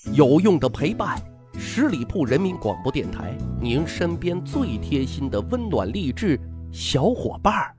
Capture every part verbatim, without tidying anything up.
有用的陪伴，十里铺人民广播电台，您身边最贴心的温暖励志小伙伴儿。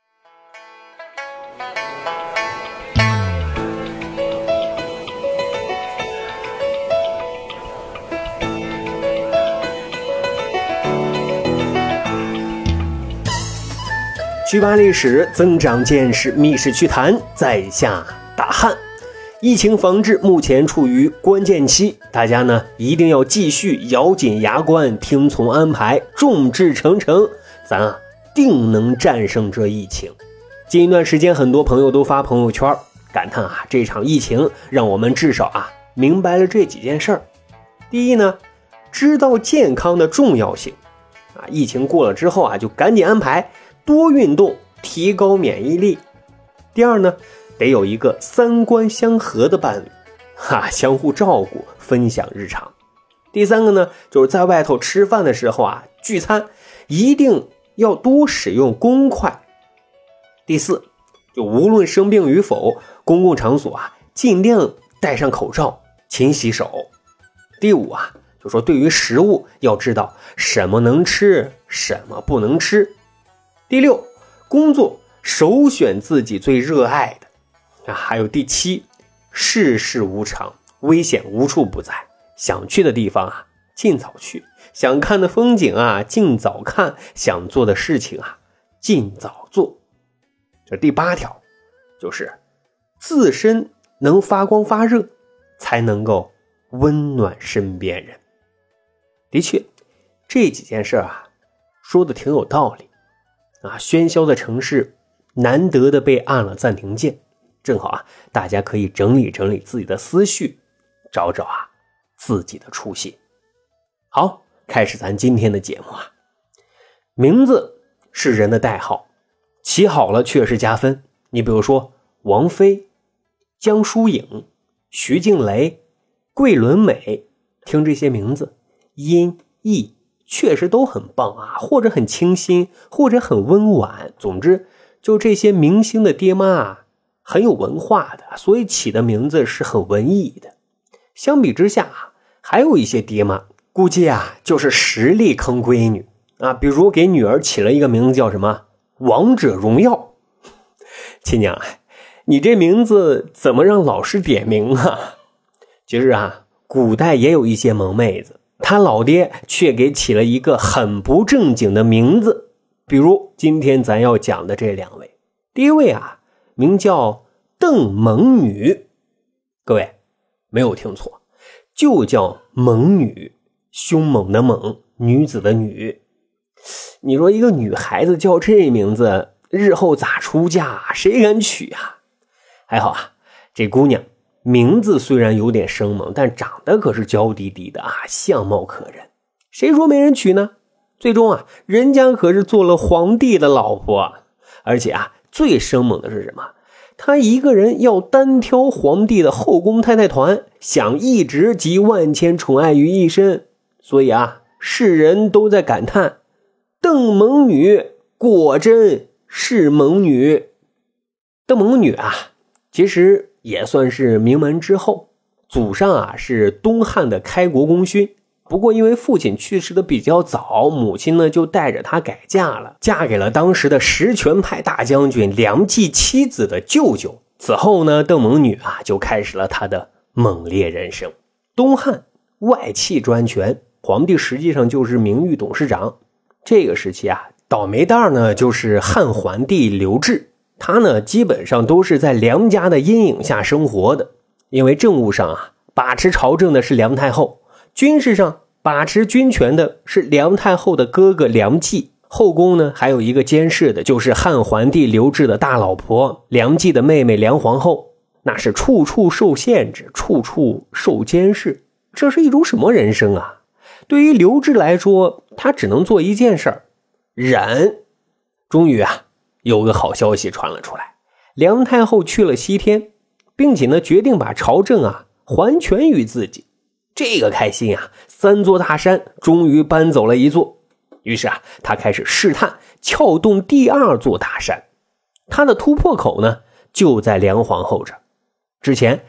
去扒历史，增长见识，密室趣谈，在下大汉。疫情防治目前处于关键期，大家呢一定要继续咬紧牙关，听从安排，众志成城，咱啊定能战胜这疫情。近一段时间，很多朋友都发朋友圈感叹啊，这场疫情让我们至少啊明白了这几件事儿。第一呢，知道健康的重要性啊，疫情过了之后啊，就赶紧安排多运动，提高免疫力。第二呢，得有一个三观相合的伴侣，哈，相互照顾，分享日常。第三个呢，就是在外头吃饭的时候啊，聚餐一定要多使用公筷。第四，就无论生病与否，公共场所啊，尽量戴上口罩，勤洗手。第五啊，就说对于食物要知道什么能吃，什么不能吃。第六，工作首选自己最热爱的啊。还有第七，世事无常，危险无处不在，想去的地方啊尽早去，想看的风景啊尽早看，想做的事情啊尽早做。这第八条就是自身能发光发热，才能够温暖身边人。的确，这几件事啊说的挺有道理啊，喧嚣的城市难得的被按了暂停键，正好啊，大家可以整理整理自己的思绪，找找啊自己的出息。好，开始咱今天的节目啊。名字是人的代号，起好了确实加分。你比如说王菲、江疏影、徐静蕾、桂纶镁，听这些名字，音译确实都很棒啊，或者很清新，或者很温婉。总之，就这些明星的爹妈啊，很有文化的，所以起的名字是很文艺的。相比之下啊，还有一些爹妈估计啊就是实力坑闺女啊，比如给女儿起了一个名字叫什么王者荣耀。亲娘，你这名字怎么让老师点名啊？其实啊，古代也有一些萌妹子，他老爹却给起了一个很不正经的名字，比如今天咱要讲的这两位。第一位啊，名叫邓猛女，各位没有听错，就叫猛女，凶猛的猛，女子的女。你说一个女孩子叫这名字，日后咋出嫁，谁敢娶啊？还好啊，这姑娘名字虽然有点生猛，但长得可是娇滴滴的啊，相貌可人。谁说没人娶呢？最终啊，人家可是做了皇帝的老婆。而且啊，最生猛的是什么？他一个人要单挑皇帝的后宫太太团，想一直集万千宠爱于一身。所以啊，世人都在感叹，邓猛女果真是猛女。邓猛女啊，其实也算是名门之后，祖上啊是东汉的开国功勋。不过因为父亲去世的比较早，母亲呢就带着他改嫁了，嫁给了当时的实权派大将军梁冀妻子的舅舅。此后呢，邓猛女啊就开始了她的猛烈人生。东汉外戚专权，皇帝实际上就是名誉董事长。这个时期啊，倒霉蛋呢就是汉桓帝刘志，他呢基本上都是在梁家的阴影下生活的。因为政务上啊，把持朝政的是梁太后，军事上把持军权的是梁太后的哥哥梁冀，后宫呢还有一个监视的，就是汉桓帝刘志的大老婆梁冀的妹妹梁皇后，那是处处受限制，处处受监视。这是一种什么人生啊？对于刘志来说，他只能做一件事儿，忍。终于啊，有个好消息传了出来，梁太后去了西天，并且呢决定把朝政啊还权于自己。这个开心啊，三座大山终于搬走了一座。于是啊，他开始试探撬动第二座大山。他的突破口呢就在梁皇后这儿。之前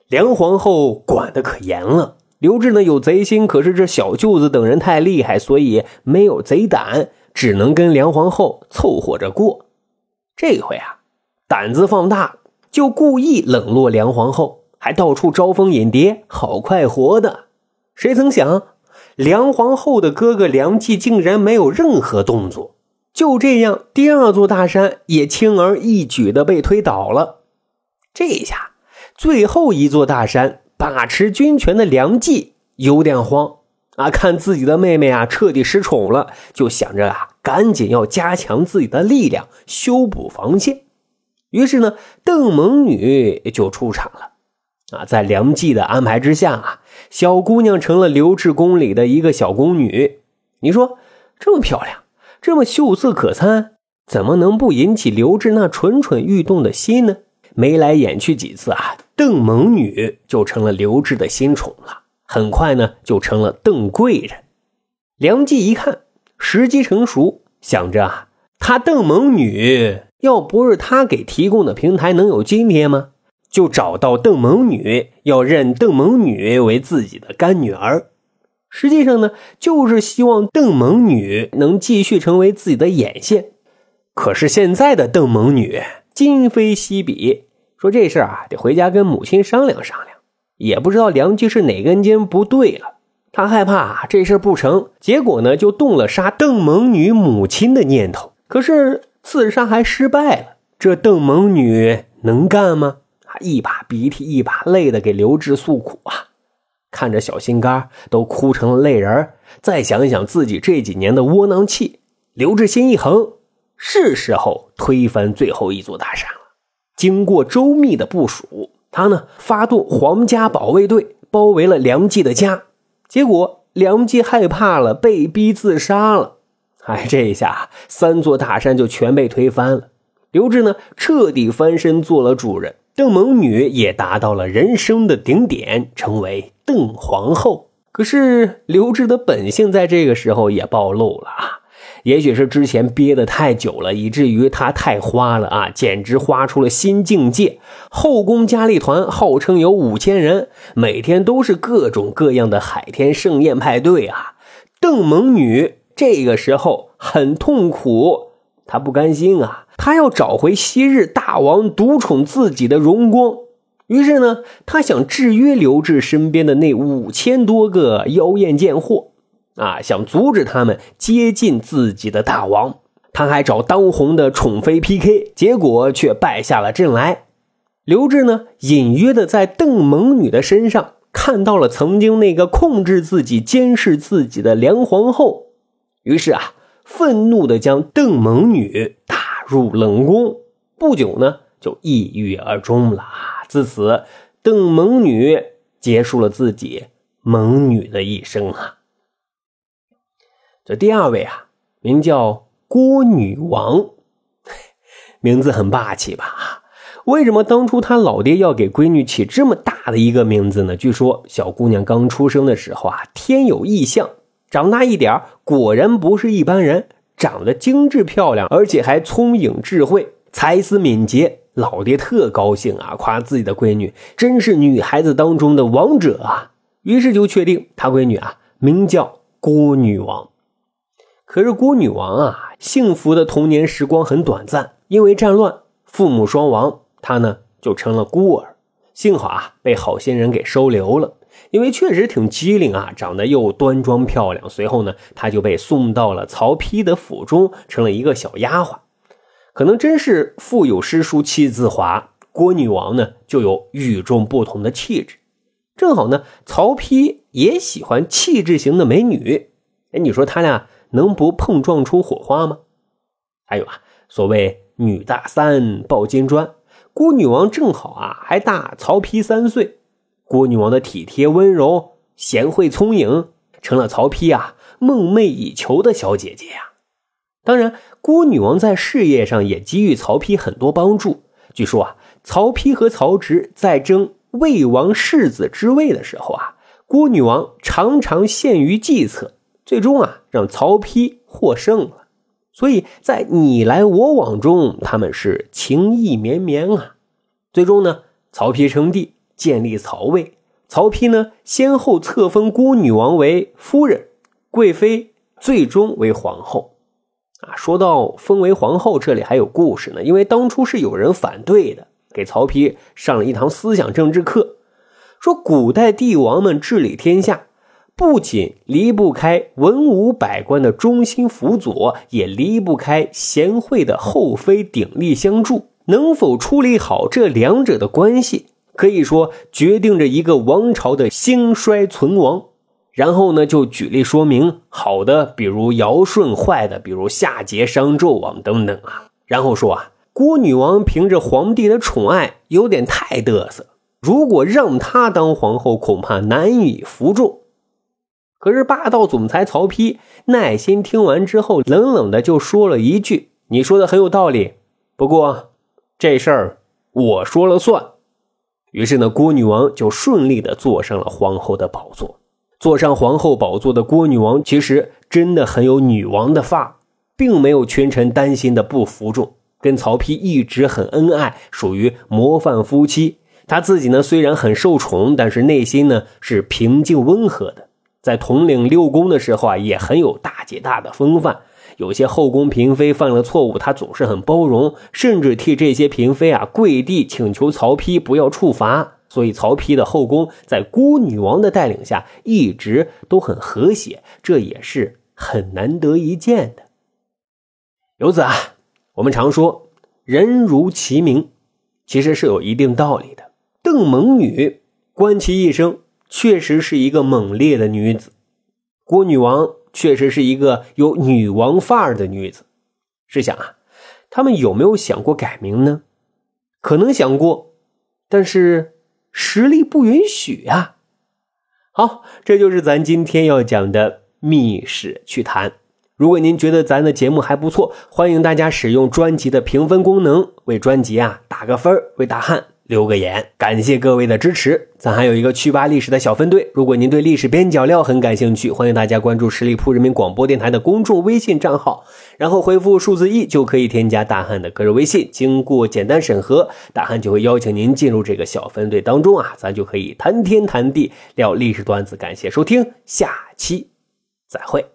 梁皇后管得可严了，刘志呢有贼心，可是这小舅子等人太厉害，所以没有贼胆，只能跟梁皇后凑合着过。这回啊，胆子放大了，就故意冷落梁皇后，还到处招蜂引蝶，好快活的。谁曾想梁皇后的哥哥梁冀竟然没有任何动作，就这样第二座大山也轻而易举的被推倒了。这下最后一座大山把持军权的梁冀有点慌啊，看自己的妹妹啊彻底失宠了，就想着啊赶紧要加强自己的力量，修补防线。于是呢，邓蒙女就出场了啊，在梁冀的安排之下啊，小姑娘成了刘志宫里的一个小宫女。你说这么漂亮，这么秀色可餐，怎么能不引起刘志那蠢蠢欲动的心呢？眉来眼去几次啊，邓蒙女就成了刘志的新宠了，很快呢就成了邓贵人。梁冀一看时机成熟，想着啊，他邓蒙女要不是他给提供的平台能有今天吗？就找到邓蒙女，要认邓蒙女为自己的干女儿。实际上呢，就是希望邓蒙女能继续成为自己的眼线。可是现在的邓蒙女今非昔比，说这事啊得回家跟母亲商量商量。也不知道梁冀是哪根筋不对了，他害怕这事不成，结果呢就动了杀邓蒙女母亲的念头。可是刺杀还失败了，这邓蒙女能干吗？一把鼻涕一把泪的给刘志诉苦啊，看着小心肝都哭成了泪人。再想一想自己这几年的窝囊气，刘志心一横，是时候推翻最后一座大山了。经过周密的部署，他呢发动皇家保卫队包围了梁冀的家，结果梁冀害怕了，被逼自杀了。哎，这一下三座大山就全被推翻了。刘志呢彻底翻身做了主人，邓蒙女也达到了人生的顶点，成为邓皇后。可是刘志的本性在这个时候也暴露了啊！也许是之前憋得太久了，以至于他太花了啊，简直花出了新境界。后宫佳丽团号称有五千人，每天都是各种各样的海天盛宴派对啊。邓蒙女这个时候很痛苦，她不甘心啊，她要找回昔日大王独宠自己的荣光。于是呢，她想制约刘志身边的那五千多个妖艳贱货啊，想阻止他们接近自己的大王。他还找当红的宠妃 P K， 结果却败下了阵来。刘志呢，隐约的在邓蒙女的身上看到了曾经那个控制自己、监视自己的梁皇后。于是啊，愤怒的将邓蒙女打入冷宫，不久呢，就抑郁而终了。自此，邓蒙女结束了自己蒙女的一生啊。这第二位啊，名叫郭女王，名字很霸气吧？为什么当初他老爹要给闺女起这么大的一个名字呢？据说小姑娘刚出生的时候啊，天有异象，长大一点果然不是一般人，长得精致漂亮，而且还聪颖智慧，才思敏捷。老爹特高兴啊，夸自己的闺女真是女孩子当中的王者啊，于是就确定他闺女啊名叫郭女王。可是郭女王啊，幸福的童年时光很短暂，因为战乱，父母双亡，她呢就成了孤儿。幸好啊，被好心人给收留了，因为确实挺机灵啊，长得又端庄漂亮。随后呢，她就被送到了曹丕的府中，成了一个小丫鬟。可能真是腹有诗书气自华，郭女王呢就有与众不同的气质。正好呢，曹丕也喜欢气质型的美女。哎，你说他俩能不碰撞出火花吗？还有啊，所谓女大三抱金砖，郭女王正好啊还大曹丕三岁。郭女王的体贴温柔、贤惠聪颖，成了曹丕啊梦寐以求的小姐姐呀、啊。当然，郭女王在事业上也给予曹丕很多帮助。据说啊，曹丕和曹植在争魏王世子之位的时候啊，郭女王常常陷于计策，最终啊让曹丕获胜了。所以在你来我往中，他们是情意绵绵啊。最终呢，曹丕称帝， 建立曹魏。曹丕呢，先后册封郭女王为夫人、贵妃，最终为皇后。啊，说到封为皇后，这里还有故事呢，因为当初是有人反对的，给曹丕上了一堂思想政治课，说古代帝王们治理天下，不仅离不开文武百官的忠心辅佐，也离不开贤惠的后妃鼎力相助。能否处理好这两者的关系，可以说决定着一个王朝的兴衰存亡。然后呢，就举例说明，好的比如尧舜，坏的比如夏桀、商纣王等等啊。然后说啊，郭女王凭着皇帝的宠爱有点太嘚瑟，如果让她当皇后，恐怕难以服众。可是霸道总裁曹丕耐心听完之后，冷冷的就说了一句：你说的很有道理，不过这事儿我说了算。于是呢，郭女王就顺利的坐上了皇后的宝座。坐上皇后宝座的郭女王其实真的很有女王的范儿，并没有群臣担心的不服众，跟曹丕一直很恩爱，属于模范夫妻。她自己呢虽然很受宠，但是内心呢是平静温和的。在统领六宫的时候啊，也很有大姐大的风范。有些后宫嫔妃犯了错误，她总是很包容，甚至替这些嫔妃啊跪地请求曹丕不要处罚。所以曹丕的后宫在郭女王的带领下一直都很和谐，这也是很难得一见的。由此啊，我们常说人如其名，其实是有一定道理的。邓蒙女观其一生，确实是一个猛烈的女子。郭女王确实是一个有女王范儿的女子。试想啊，他们有没有想过改名呢？可能想过，但是实力不允许啊。好，这就是咱今天要讲的密室趣谈。如果您觉得咱的节目还不错，欢迎大家使用专辑的评分功能，为专辑啊打个分，为大汉留个言。感谢各位的支持。咱还有一个趣吧历史的小分队，如果您对历史边角料很感兴趣，欢迎大家关注十里铺人民广播电台的公众微信账号，然后回复数字一就可以添加大汉的个人微信。经过简单审核，大汉就会邀请您进入这个小分队当中啊，咱就可以谈天谈地聊历史段子。感谢收听，下期再会。